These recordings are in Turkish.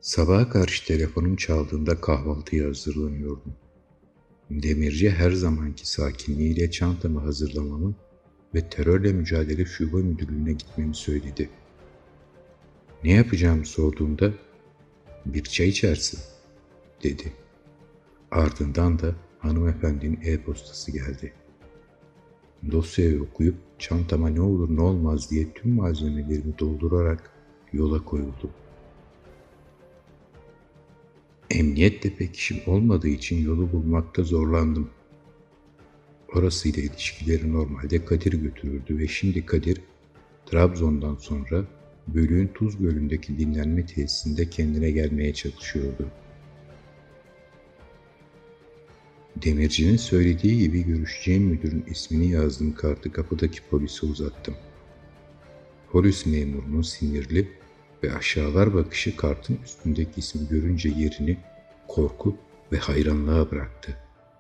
Sabaha karşı telefonum çaldığında kahvaltıya hazırlanıyordum. Demirci her zamanki sakinliğiyle çantamı hazırlamamı ve terörle mücadele şube müdürlüğüne gitmemi söyledi. Ne yapacağımı sorduğumda "Bir çay içersin," dedi. Ardından da hanımefendinin e-postası geldi. Dosyayı okuyup çantama ne olur ne olmaz diye tüm malzemelerimi doldurarak yola koyuldum. Emniyetle pek işim olmadığı için yolu bulmakta zorlandım. Orasıyla ilişkileri normalde Kadir götürürdü ve şimdi Kadir, Trabzon'dan sonra Bölük'ün Tuz Gölü'ndeki dinlenme tesisinde kendine gelmeye çalışıyordu. Demircinin söylediği gibi görüşeceğim müdürün ismini yazdığım kartı kapıdaki polise uzattım. Polis memurunun sinirli ve aşağılar bakışı kartın üstündeki ismi görünce yerini korku ve hayranlığa bıraktı.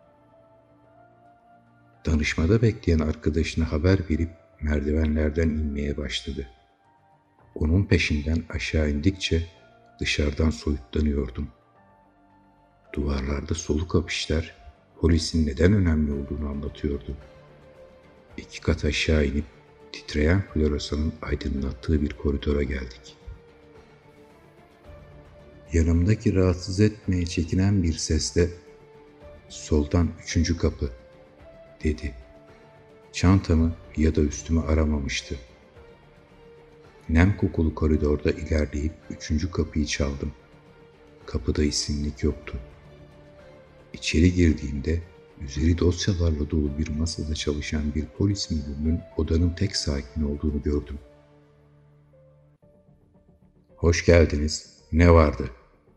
Danışmada bekleyen arkadaşına haber verip merdivenlerden inmeye başladı. Onun peşinden aşağı indikçe dışarıdan soyutlanıyordum. Duvarlarda soluk afişler polisin neden önemli olduğunu anlatıyordu. 2 kat aşağı inip titreyen floresanın aydınlattığı bir koridora geldik. Yanımdaki rahatsız etmeye çekinen bir sesle "Soldan 3. kapı," dedi. Çantamı ya da üstümü aramamıştı. Nem kokulu koridorda ilerleyip 3. kapıyı çaldım. Kapıda isimlik yoktu. İçeri girdiğimde üzeri dosyalarla dolu bir masada çalışan bir polis müdürünün odanın tek sakin olduğunu gördüm. "Hoş geldiniz. Ne vardı?"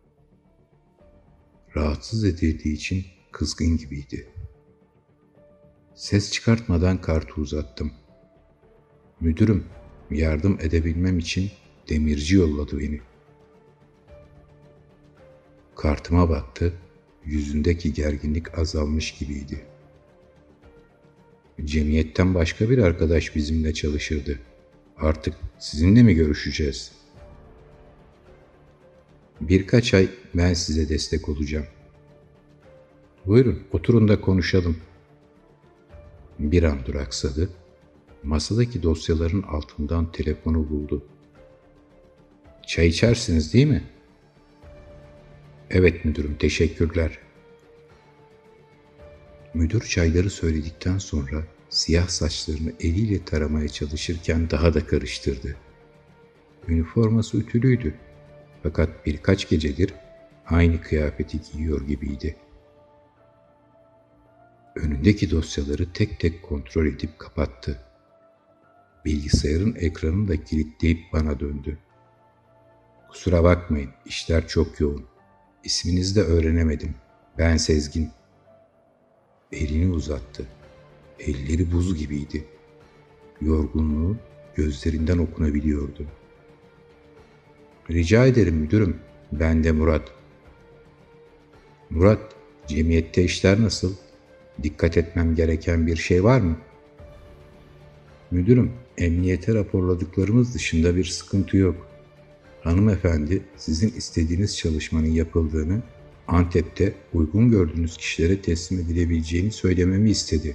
Rahatsız edildiği için kızgın gibiydi. Ses çıkartmadan kartı uzattım. "Müdürüm, yardım edebilmem için demirci yolladı beni." Kartıma baktı, yüzündeki gerginlik azalmış gibiydi. "Cemiyetten başka bir arkadaş bizimle çalışırdı. Artık sizinle mi görüşeceğiz?" "Birkaç ay ben size destek olacağım." "Buyurun, oturun da konuşalım." Bir an duraksadı. Masadaki dosyaların altından telefonu buldu. "Çay içersiniz değil mi?" "Evet müdürüm, teşekkürler." Müdür çayları söyledikten sonra siyah saçlarını eliyle taramaya çalışırken daha da karıştırdı. Üniforması ütülüydü. Fakat birkaç gecedir aynı kıyafeti giyiyor gibiydi. Önündeki dosyaları tek tek kontrol edip kapattı. Bilgisayarın ekranını da kilitleyip bana döndü. "Kusura bakmayın, işler çok yoğun. İsminizi de öğrenemedim. Ben Sezgin." Elini uzattı. Elleri buz gibiydi. Yorgunluğu gözlerinden okunabiliyordu. "Rica ederim müdürüm, ben de Murat." "Murat, cemiyette işler nasıl? Dikkat etmem gereken bir şey var mı?" "Müdürüm, emniyete raporladıklarımız dışında bir sıkıntı yok. Hanımefendi sizin istediğiniz çalışmanın yapıldığını, Antep'te uygun gördüğünüz kişilere teslim edilebileceğini söylememi istedi."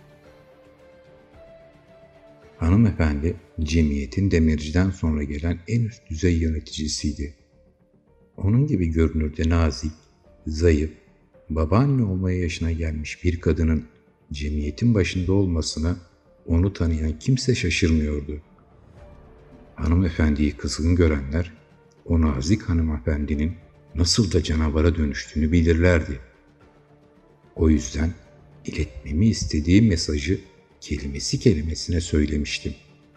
Hanımefendi, cemiyetin demirciden sonra gelen en üst düzey yöneticisiydi. Onun gibi görünürde nazik, zayıf, babaanne olmaya yaşına gelmiş bir kadının cemiyetin başında olmasına onu tanıyan kimse şaşırmıyordu. Hanımefendiyi kızgın görenler, o nazik hanımefendinin nasıl da canavara dönüştüğünü bilirlerdi. O yüzden iletmemi istediği mesajı kelimesi kelimesine söylemiştim.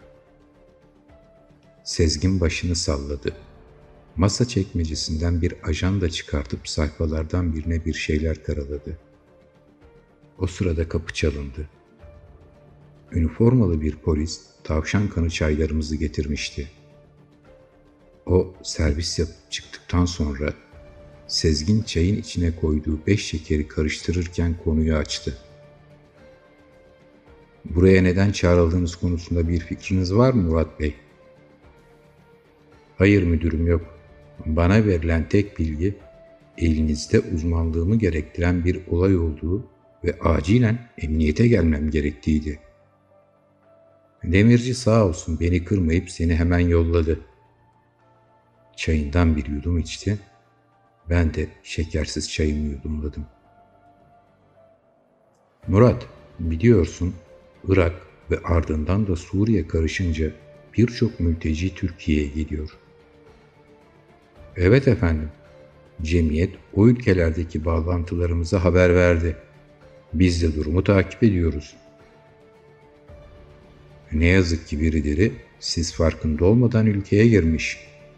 Sezgin başını salladı. Masa çekmecesinden bir ajanda çıkartıp sayfalardan birine bir şeyler karaladı. O sırada kapı çalındı. Üniformalı bir polis tavşan kanı çaylarımızı getirmişti. O servis yapıp çıktıktan sonra Sezgin çayın içine koyduğu 5 şekeri karıştırırken konuyu açtı. "Buraya neden çağrıldığınız konusunda bir fikriniz var mı Murat Bey?" "Hayır müdürüm, yok. Bana verilen tek bilgi elinizde uzmanlığımı gerektiren bir olay olduğu ve acilen emniyete gelmem gerektiğiydi. Demirci sağ olsun beni kırmayıp seni hemen yolladı. Çayından bir yudum içti. Ben de şekersiz çayımı yudumladım. Murat, biliyorsun Irak ve ardından da Suriye karışınca birçok mülteci Türkiye'ye geliyor. Evet efendim, cemiyet o ülkelerdeki bağlantılarımıza haber verdi. Biz de durumu takip ediyoruz. Ne yazık ki birileri siz farkında olmadan ülkeye girmiş.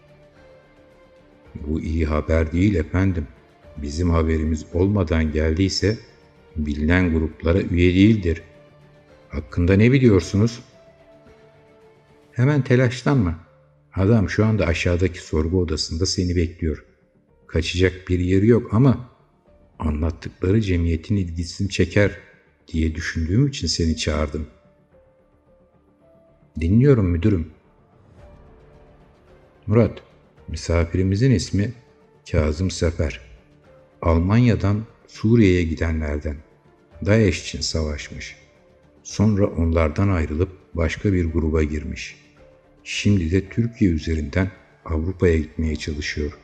Bu iyi haber değil efendim. Bizim haberimiz olmadan geldiyse bilinen gruplara üye değildir. Hakkında ne biliyorsunuz? Hemen telaşlanma. Adam şu anda aşağıdaki sorgu odasında seni bekliyor. Kaçacak bir yeri yok ama anlattıkları cemiyetin ilgisini çeker diye düşündüğüm için seni çağırdım. Dinliyorum müdürüm. Murat, misafirimizin ismi Kazım Sefer. Almanya'dan Suriye'ye gidenlerden. DAEŞ için savaşmış. Sonra onlardan ayrılıp başka bir gruba girmiş. Şimdi de Türkiye üzerinden Avrupa'ya gitmeye çalışıyor.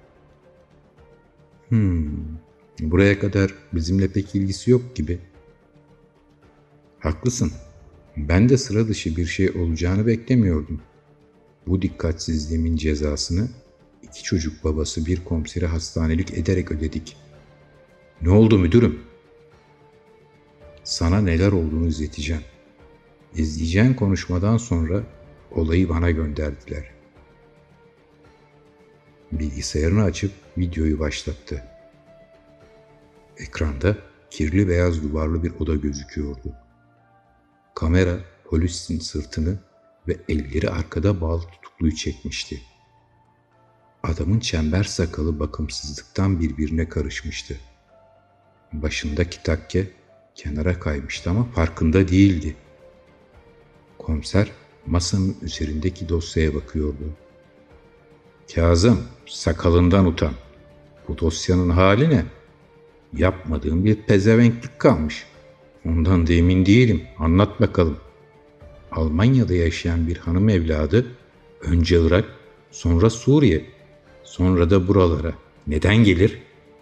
Buraya kadar bizimle pek ilgisi yok gibi. Haklısın. Ben de sıra dışı bir şey olacağını beklemiyordum. Bu dikkatsizliğimin cezasını 2 çocuk babası bir komisere hastanelik ederek ödedik. Ne oldu müdürüm? Sana neler olduğunu izleteceğim. İzleyeceğin konuşmadan sonra olayı bana gönderdiler. Bilgisayarını açıp videoyu başlattı. Ekranda kirli beyaz duvarlı bir oda gözüküyordu. Kamera polisin sırtını ve elleri arkada bağlı tutukluyu çekmişti. Adamın çember sakalı bakımsızlıktan birbirine karışmıştı. Başındaki takke kenara kaymıştı ama farkında değildi. Komiser masanın üzerindeki dosyaya bakıyordu. Kazım, sakalından utan. Bu dosyanın hali ne? Yapmadığım bir pezevenklik kalmış. Ondan da emin değilim. Anlat bakalım. Almanya'da yaşayan bir hanım evladı önce Irak, sonra Suriye, sonra da buralara. Neden gelir?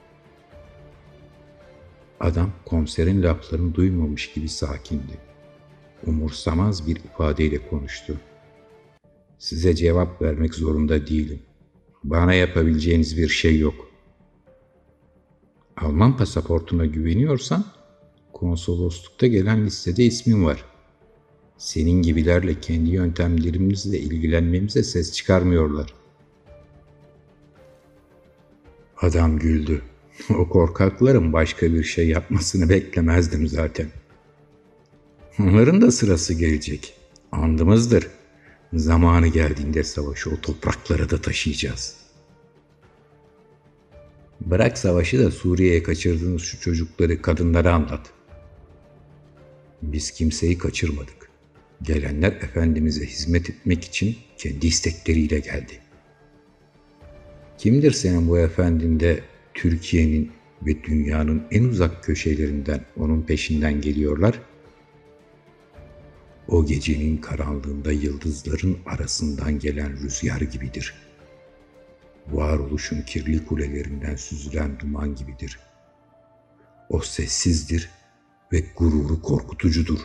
Adam komiserin laflarını duymamış gibi sakindi. Umursamaz bir ifadeyle konuştu. Size cevap vermek zorunda değilim. Bana yapabileceğiniz bir şey yok. Alman pasaportuna güveniyorsan konsoloslukta gelen listede ismin var. Senin gibilerle kendi yöntemlerimizle ilgilenmemize ses çıkarmıyorlar. Adam güldü. O korkakların başka bir şey yapmasını beklemezdim zaten. Onların da sırası gelecek. Andımızdır. Zamanı geldiğinde savaşı o topraklara da taşıyacağız. Bırak savaşı da Suriye'ye kaçırdığınız şu çocukları, kadınlara anlat. Biz kimseyi kaçırmadık. Gelenler Efendimiz'e hizmet etmek için kendi istekleriyle geldi. Kimdir senin bu efendin de Türkiye'nin ve dünyanın en uzak köşelerinden onun peşinden geliyorlar? O gecenin karanlığında yıldızların arasından gelen rüzgar gibidir. Varoluşun kirli kulelerinden süzülen duman gibidir. O sessizdir ve gururu korkutucudur.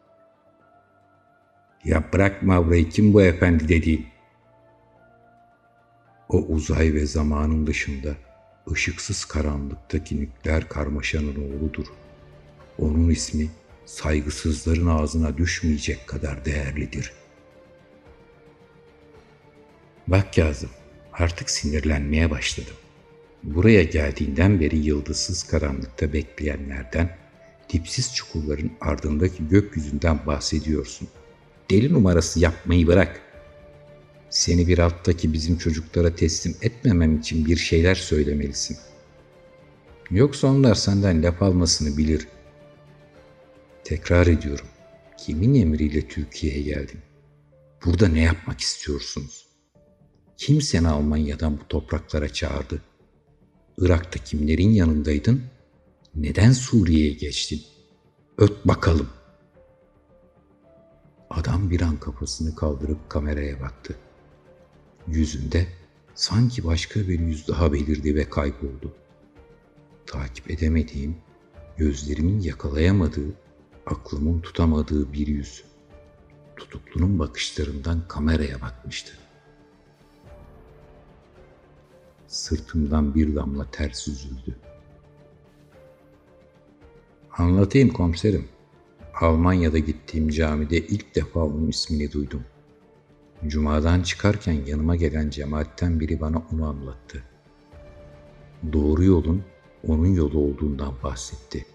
Ya bırakma burayı, kim bu efendi dediğin? O uzay ve zamanın dışında ışıksız karanlıktaki nükleer karmaşanın oğludur. Onun ismi saygısızların ağzına düşmeyecek kadar değerlidir. Bak Kazım, artık sinirlenmeye başladım. Buraya geldiğinden beri yıldızsız karanlıkta bekleyenlerden, dipsiz çukurların ardındaki gökyüzünden bahsediyorsun. Deli numarası yapmayı bırak. Seni bir alttaki bizim çocuklara teslim etmemem için bir şeyler söylemelisin. Yoksa onlar senden laf almasını bilir. Tekrar ediyorum. Kimin emriyle Türkiye'ye geldin? Burada ne yapmak istiyorsunuz? Kim seni Almanya'dan bu topraklara çağırdı? Irak'ta kimlerin yanındaydın? Neden Suriye'ye geçtin? Öt bakalım. Adam bir an kafasını kaldırıp kameraya baktı. Yüzünde sanki başka bir yüz daha belirdi ve kayboldu. Takip edemediğim, gözlerimin yakalayamadığı, aklımın tutamadığı bir yüz. Tutuklunun bakışlarından kameraya bakmıştı. Sırtımdan bir damla ter süzüldü. Anlatayım komiserim. Almanya'da gittiğim camide ilk defa onun ismini duydum. Cuma'dan çıkarken yanıma gelen cemaatten biri bana onu anlattı. Doğru yolun onun yolu olduğundan bahsetti.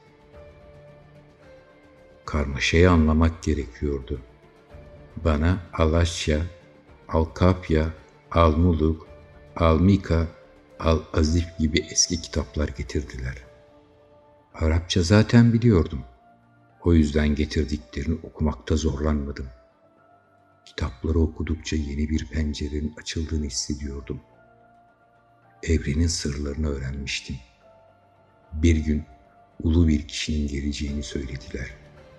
Karmaşayı anlamak gerekiyordu. Bana Alaşya, Al-Kapya, Al-Muluk, Al-Mika, Al-Azif gibi eski kitaplar getirdiler. Arapça zaten biliyordum. O yüzden getirdiklerini okumakta zorlanmadım. Kitapları okudukça yeni bir pencerenin açıldığını hissediyordum. Evrenin sırlarını öğrenmiştim. Bir gün ulu bir kişinin geleceğini söylediler.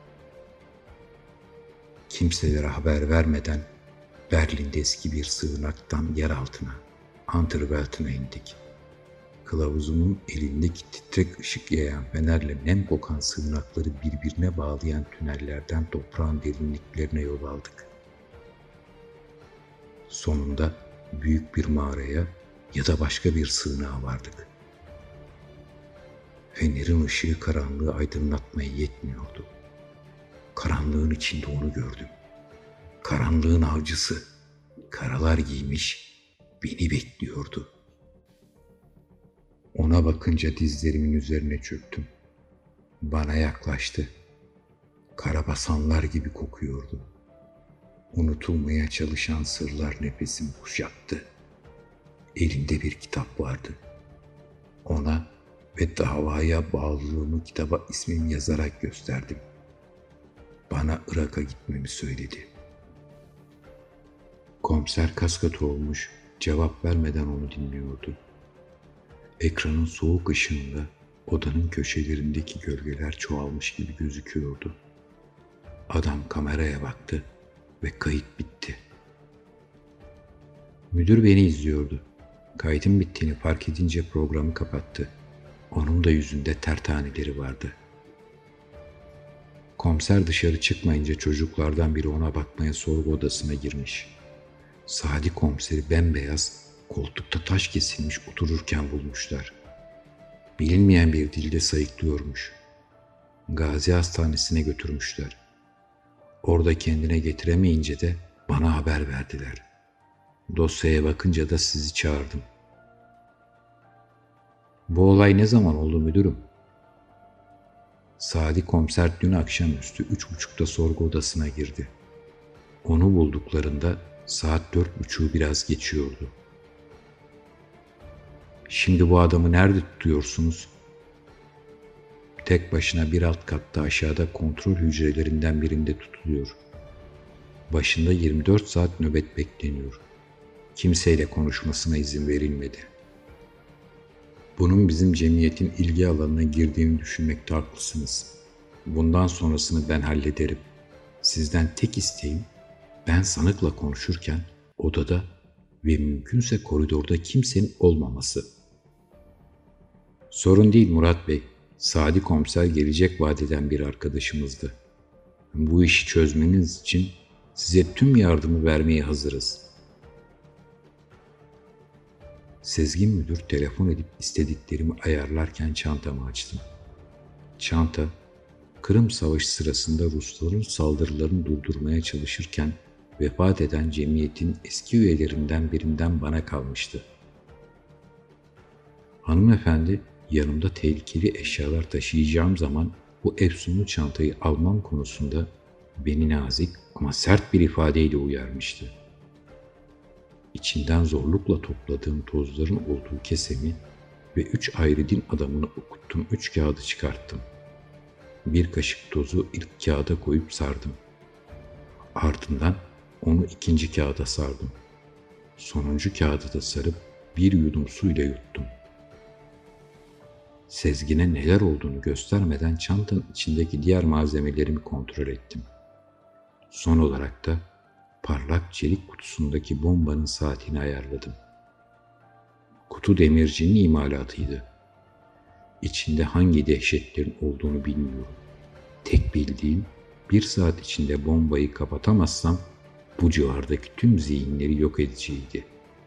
Kimselere haber vermeden Berlin'de eski bir sığınaktan yer altına, Unterwelt'ine indik. Kılavuzumun elindeki titrek ışık yayan fenerle nem kokan sığınakları birbirine bağlayan tünellerden toprağın derinliklerine yol aldık. Sonunda büyük bir mağaraya ya da başka bir sığınağa vardık. Fenerin ışığı karanlığı aydınlatmaya yetmiyordu. Karanlığın içinde onu gördüm. Karanlığın avcısı, karalar giymiş, beni bekliyordu. Ona bakınca dizlerimin üzerine çöktüm. Bana yaklaştı. Karabasanlar gibi kokuyordu. Unutulmaya çalışan sırlar nefesimi kuşattı. Elinde bir kitap vardı. Ona ve davaya bağlılığımı kitaba ismimi yazarak gösterdim. Bana Irak'a gitmemi söyledi. Komiser kaskat olmuş, cevap vermeden onu dinliyordu. Ekranın soğuk ışığında odanın köşelerindeki gölgeler çoğalmış gibi gözüküyordu. Adam kameraya baktı ve kayıt bitti. Müdür beni izliyordu. Kaydın bittiğini fark edince programı kapattı. Onun da yüzünde ter taneleri vardı. Komiser dışarı çıkmayınca çocuklardan biri ona bakmaya sorgu odasına girmiş. Sadi komiseri bembeyaz, koltukta taş kesilmiş otururken bulmuşlar. Bilinmeyen bir dilde sayıklıyormuş. Gazi Hastanesi'ne götürmüşler. Orada kendine getiremeyince de bana haber verdiler. Dosyaya bakınca da sizi çağırdım. Bu olay ne zaman oldu müdürüm? Sadi komiser dün akşamüstü 3.30'da sorgu odasına girdi. Onu bulduklarında saat 4.30'u biraz geçiyordu. Şimdi bu adamı nerede tutuyorsunuz? Tek başına bir alt katta aşağıda kontrol hücrelerinden birinde tutuluyor. Başında 24 saat nöbet bekleniyor. Kimseyle konuşmasına izin verilmedi. Bunun bizim cemiyetin ilgi alanına girdiğini düşünmekte haklısınız. Bundan sonrasını ben hallederim. Sizden tek isteğim ben sanıkla konuşurken odada ve mümkünse koridorda kimsenin olmaması. Sorun değil Murat Bey. Sadi komiser gelecek vadeden bir arkadaşımızdı. Bu işi çözmeniz için size tüm yardımı vermeye hazırız. Sezgin müdür telefon edip istediklerimi ayarlarken çantamı açtım. Çanta, Kırım Savaşı sırasında Rusların saldırılarını durdurmaya çalışırken vefat eden cemiyetin eski üyelerinden birinden bana kalmıştı. Hanımefendi, yanımda tehlikeli eşyalar taşıyacağım zaman bu efsunlu çantayı almam konusunda beni nazik ama sert bir ifadeyle uyarmıştı. İçinden zorlukla topladığım tozların olduğu kesemi ve 3 ayrı din adamını okuttuğum 3 kağıdı çıkarttım. Bir kaşık tozu ilk kağıda koyup sardım. Ardından onu ikinci kağıda sardım. Sonuncu kağıdı da sarıp bir yudum suyla yuttum. Sezgin'e neler olduğunu göstermeden çantanın içindeki diğer malzemelerimi kontrol ettim. Son olarak da parlak çelik kutusundaki bombanın saatini ayarladım. Kutu demircinin imalatıydı. İçinde hangi dehşetlerin olduğunu bilmiyorum. Tek bildiğim 1 saat içinde bombayı kapatamazsam bu civardaki tüm zihinleri yok edeceğiydi.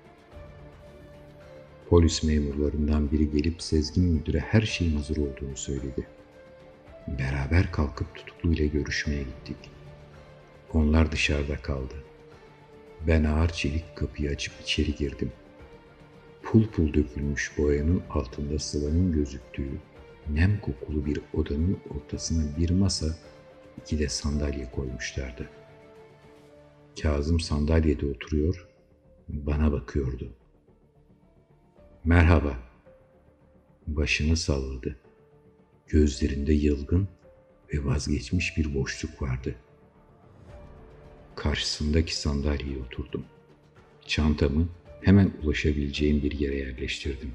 Polis memurlarından biri gelip Sezgin müdüre her şeyin hazır olduğunu söyledi. Beraber kalkıp tutuklu ile görüşmeye gittik. Onlar dışarıda kaldı. Ben ağır çelik kapıyı açıp içeri girdim. Pul pul dökülmüş boyanın altında sıvanın gözüktüğü nem kokulu bir odanın ortasına bir masa, 2 de sandalye koymuşlardı. Kazım sandalyede oturuyor, bana bakıyordu. "Merhaba." Başını salladı. Gözlerinde yılgın ve vazgeçmiş bir boşluk vardı. Karşısındaki sandalyeye oturdum. Çantamı hemen ulaşabileceğim bir yere yerleştirdim.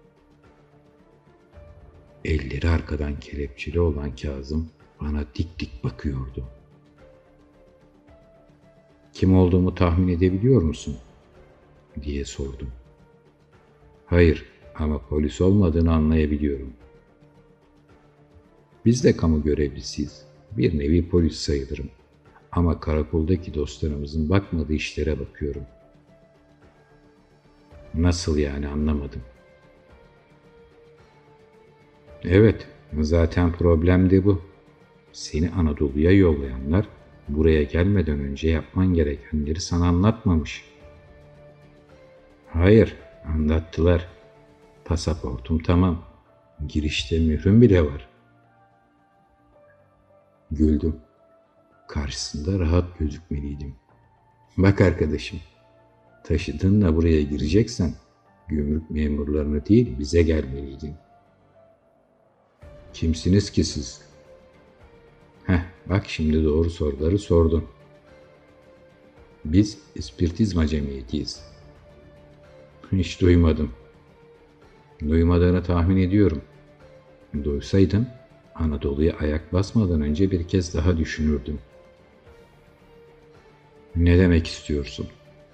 Elleri arkadan kelepçeli olan Kazım bana dik dik bakıyordu. "Kim olduğumu tahmin edebiliyor musun?" diye sordum. "Hayır, ama polis olmadığını anlayabiliyorum." "Biz de kamu görevlisiyiz. Bir nevi polis sayılırım. Ama karakoldaki dostlarımızın bakmadığı işlere bakıyorum." "Nasıl yani, anlamadım." "Evet, zaten problem de bu. Seni Anadolu'ya yollayanlar buraya gelmeden önce yapman gerekenleri sana anlatmamış." "Hayır, anlattılar. Pasaportum tamam. Girişte mührüm bile var." Güldüm. Karşısında rahat gözükmeliydim. "Bak arkadaşım, taşıdığınla buraya gireceksen gümrük memurlarına değil bize gelmeliydin." "Kimsiniz ki siz?" Bak şimdi doğru soruları sordun. "Biz ispirtizma cemiyetiyiz." "Hiç duymadım." "Duymadığını tahmin ediyorum. Duysaydım Anadolu'ya ayak basmadan önce bir kez daha düşünürdüm." "Ne demek istiyorsun?"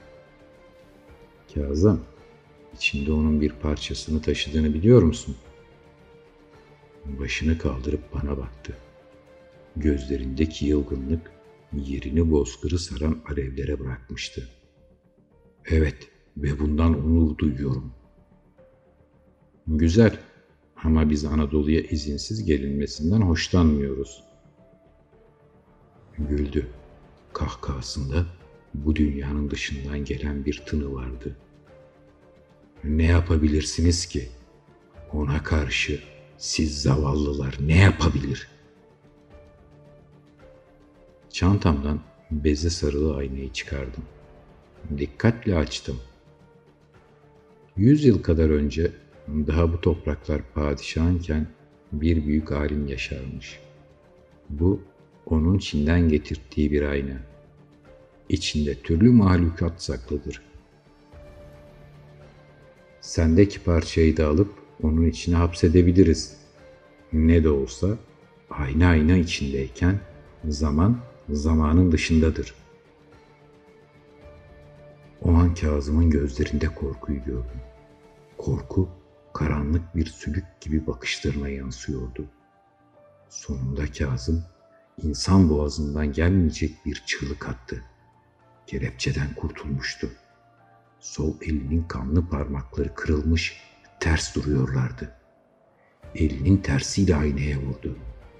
"Kazım, içinde onun bir parçasını taşıdığını biliyor musun?" Başını kaldırıp bana baktı. Gözlerindeki yılgınlık yerini bozkırı saran alevlere bırakmıştı. "Evet ve bundan onur duyuyorum." "Güzel, ama biz Anadolu'ya izinsiz gelinmesinden hoşlanmıyoruz." Güldü. Kahkahasında bu dünyanın dışından gelen bir tını vardı. "Ne yapabilirsiniz ki? Ona karşı siz zavallılar ne yapabilir?" Çantamdan beze sarılı aynayı çıkardım. Dikkatle açtım. 100 yıl kadar önce daha bu topraklar padişahınken bir büyük alim yaşarmış. Bu onun Çin'den getirdiği bir ayna. İçinde türlü mahlukat saklıdır. Sendeki parçayı da alıp onun içine hapsedebiliriz. Ne de olsa ayna içindeyken zaman zamanın dışındadır." O an Kazım'ın gözlerinde korkuyu gördüm. Korku karanlık bir sülük gibi bakışlarına yansıyordu. Sonunda Kazım insan boğazından gelmeyecek bir çığlık attı. Kelepçeden kurtulmuştu. Sol elinin kanlı parmakları kırılmış, ters duruyorlardı. Elinin tersiyle aynaya vurdu.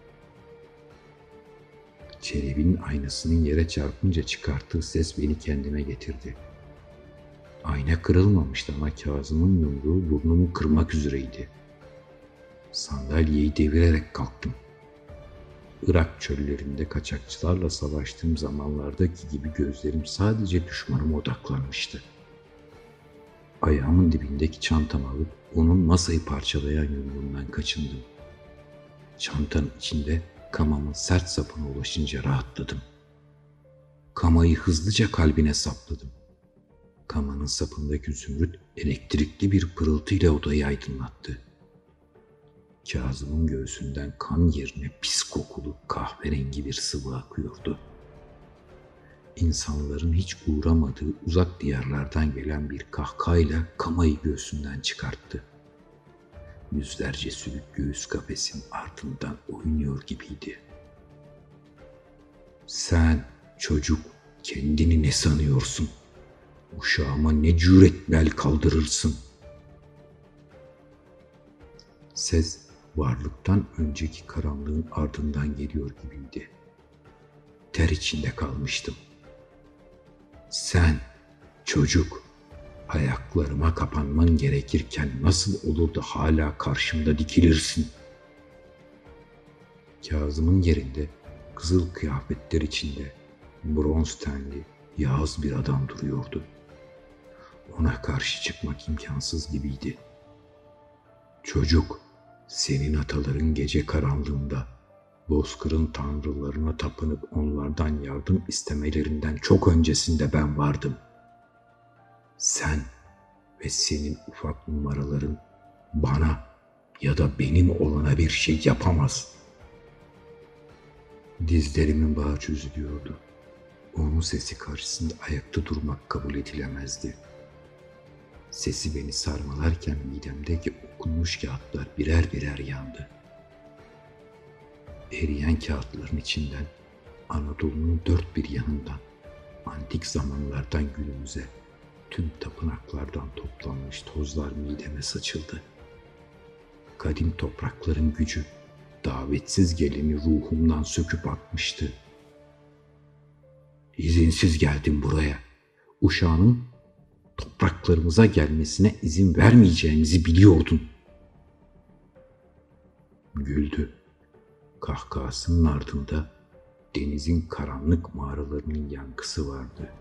Çelebinin aynasının yere çarpınca çıkarttığı ses beni kendime getirdi. Ayna kırılmamıştı ama Kazım'ın yumruğu burnumu kırmak üzereydi. Sandalyeyi devirerek kalktım. Irak çöllerinde kaçakçılarla savaştığım zamanlardaki gibi gözlerim sadece düşmanıma odaklanmıştı. Ayağımın dibindeki çantamı alıp onun masayı parçalayan yumruğundan kaçındım. Çantanın içinde kamamın sert sapına ulaşınca rahatladım. Kamayı hızlıca kalbine sapladım. Kamanın sapındaki zümrüt elektrikli bir pırıltıyla odayı aydınlattı. Kazım'ın göğsünden kan yerine pis kokulu kahverengi bir sıvı akıyordu. İnsanların hiç uğramadığı uzak diyarlardan gelen bir kahkahayla kamayı göğsünden çıkarttı. Yüzlerce sülük göğüs kafesin ardından oynuyor gibiydi. Sen çocuk kendini ne sanıyorsun? Uşağıma ne cüret bel kaldırırsın? Ses varlıktan önceki karanlığın ardından geliyor gibiydi. Ter içinde kalmıştım. Sen çocuk ayaklarıma kapanman gerekirken nasıl olur da hala karşımda dikilirsin? Kazım'ın yerinde kızıl kıyafetler içinde bronz tenli yağız bir adam duruyordu. Ona karşı çıkmak imkansız gibiydi. Çocuk, senin ataların gece karanlığında bozkırın tanrılarına tapınıp onlardan yardım istemelerinden çok öncesinde ben vardım. Sen ve senin ufak numaraların bana ya da benim olana bir şey yapamaz. Dizlerimin bağı çözülüyordu. Onun sesi karşısında ayakta durmak kabul edilemezdi. Sesi beni sarmalarken midemdeki okunmuş kağıtlar birer birer yandı. Eriyen kağıtların içinden Anadolu'nun dört bir yanından, antik zamanlardan günümüze tüm tapınaklardan toplanmış tozlar mideme saçıldı. Kadim toprakların gücü davetsiz geleni ruhumdan söküp atmıştı. İzinsiz geldim buraya. Uşağının topraklarımıza gelmesine izin vermeyeceğimizi biliyordun. Güldü. Kahkahasının ardında denizin karanlık mağaralarının yankısı vardı.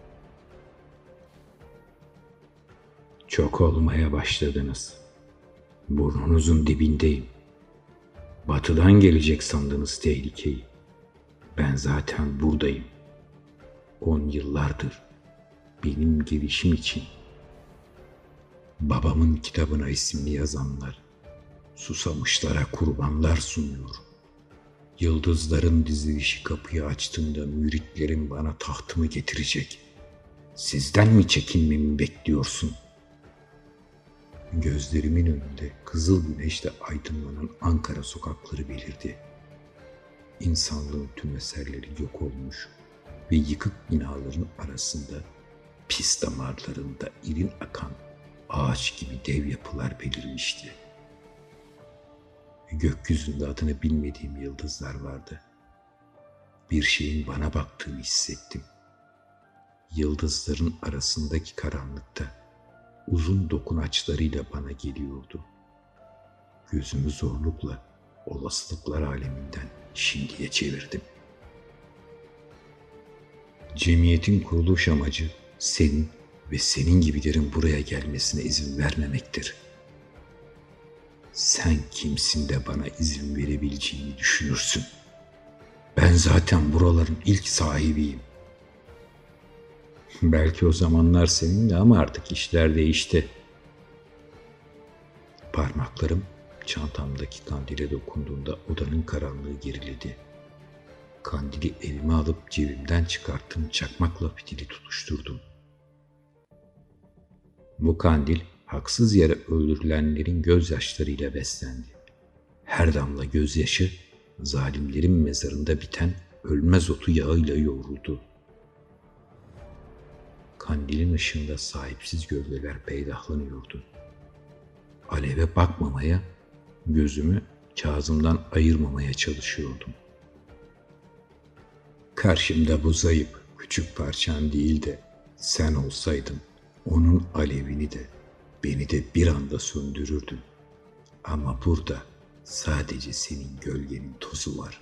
Çok olmaya başladınız. Burnunuzun dibindeyim. Batıdan gelecek sandınız tehlikeyi. Ben zaten buradayım. 10 yıllardır benim gelişim için babamın kitabına isimli yazanlar susamışlara kurbanlar sunuyor. Yıldızların dizilişi kapıyı açtığında müritlerim bana tahtımı getirecek. Sizden mi çekinmemi bekliyorsun? Gözlerimin önünde kızıl güneşle aydınlanan Ankara sokakları belirdi. İnsanlığın tüm eserleri yok olmuş ve yıkık binaların arasında pis damarlarında irin akan ağaç gibi dev yapılar belirmişti. Gökyüzünde adını bilmediğim yıldızlar vardı. Bir şeyin bana baktığını hissettim. Yıldızların arasındaki karanlıkta uzun dokunaçlarıyla bana geliyordu. Gözümü zorlukla olasılıklar aleminden şimdiye çevirdim. Cemiyetin kuruluş amacı senin ve senin gibilerin buraya gelmesine izin vermemektir. Sen kimsin de bana izin verebileceğini düşünürsün? Ben zaten buraların ilk sahibiyim. Belki o zamanlar seninle ama artık işler değişti. Parmaklarım çantamdaki kandile dokunduğunda odanın karanlığı geriledi. Kandili elime alıp cebimden çıkarttığım çakmakla fitili tutuşturdum. Bu kandil haksız yere öldürülenlerin gözyaşlarıyla beslendi. Her damla gözyaşı zalimlerin mezarında biten ölmez otu yağıyla yoğruldu. Kandilin ışığında sahipsiz gölgeler peydahlanıyordu. Aleve bakmamaya, gözümü Kazım'dan ayırmamaya çalışıyordum. Karşımda bu zayıf, küçük parçan değil de sen olsaydın onun alevini de beni de bir anda söndürürdün. Ama burada sadece senin gölgenin tozu var.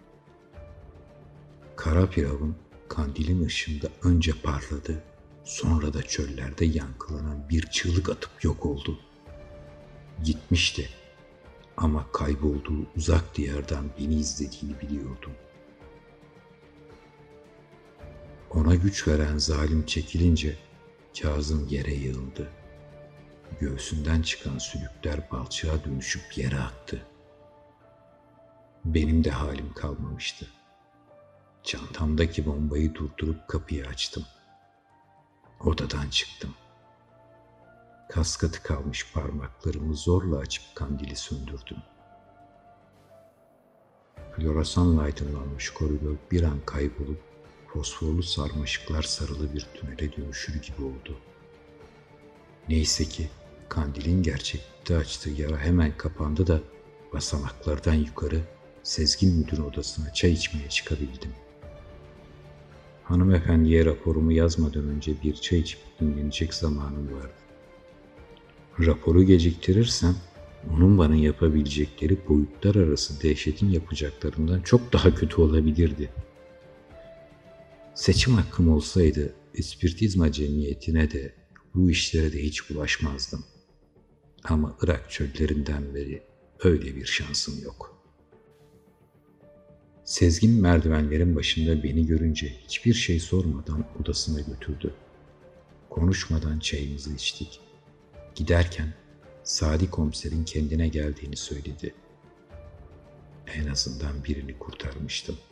Kara piravın kandilin ışığında önce parladı, sonra da çöllerde yankılanan bir çığlık atıp yok oldu. Gitmişti ama kaybolduğu uzak diyardan beni izlediğini biliyordum. Ona güç veren zalim çekilince Kazım yere yığıldı. Göğsünden çıkan sülükler balçığa dönüşüp yere aktı. Benim de halim kalmamıştı. Çantamdaki bombayı durdurup kapıyı açtım. Odadan çıktım. Kaskatı kalmış parmaklarımı zorla açıp kandili söndürdüm. Floresanla aydınlanmış koridor bir an kaybolup fosforlu sarmaşıklar sarılı bir tünele dönüşür gibi oldu. Neyse ki kandilin gerçeklikte açtığı yara hemen kapandı da basamaklardan yukarı Sezgin Müdür'ün odasına çay içmeye çıkabildim. Hanımefendiye raporumu yazmadan önce bir çay içip dinlenecek zamanım vardı. Raporu geciktirirsem onun bana yapabilecekleri boyutlar arası dehşetin yapacaklarından çok daha kötü olabilirdi. Seçim hakkım olsaydı ispiritizma cemiyetine de bu işlere de hiç bulaşmazdım. Ama Irak çöllerinden beri öyle bir şansım yok. Sezgin merdivenlerin başında beni görünce hiçbir şey sormadan odasına götürdü. Konuşmadan çayımızı içtik. Giderken Sadi komiserin kendine geldiğini söyledi. En azından birini kurtarmıştım.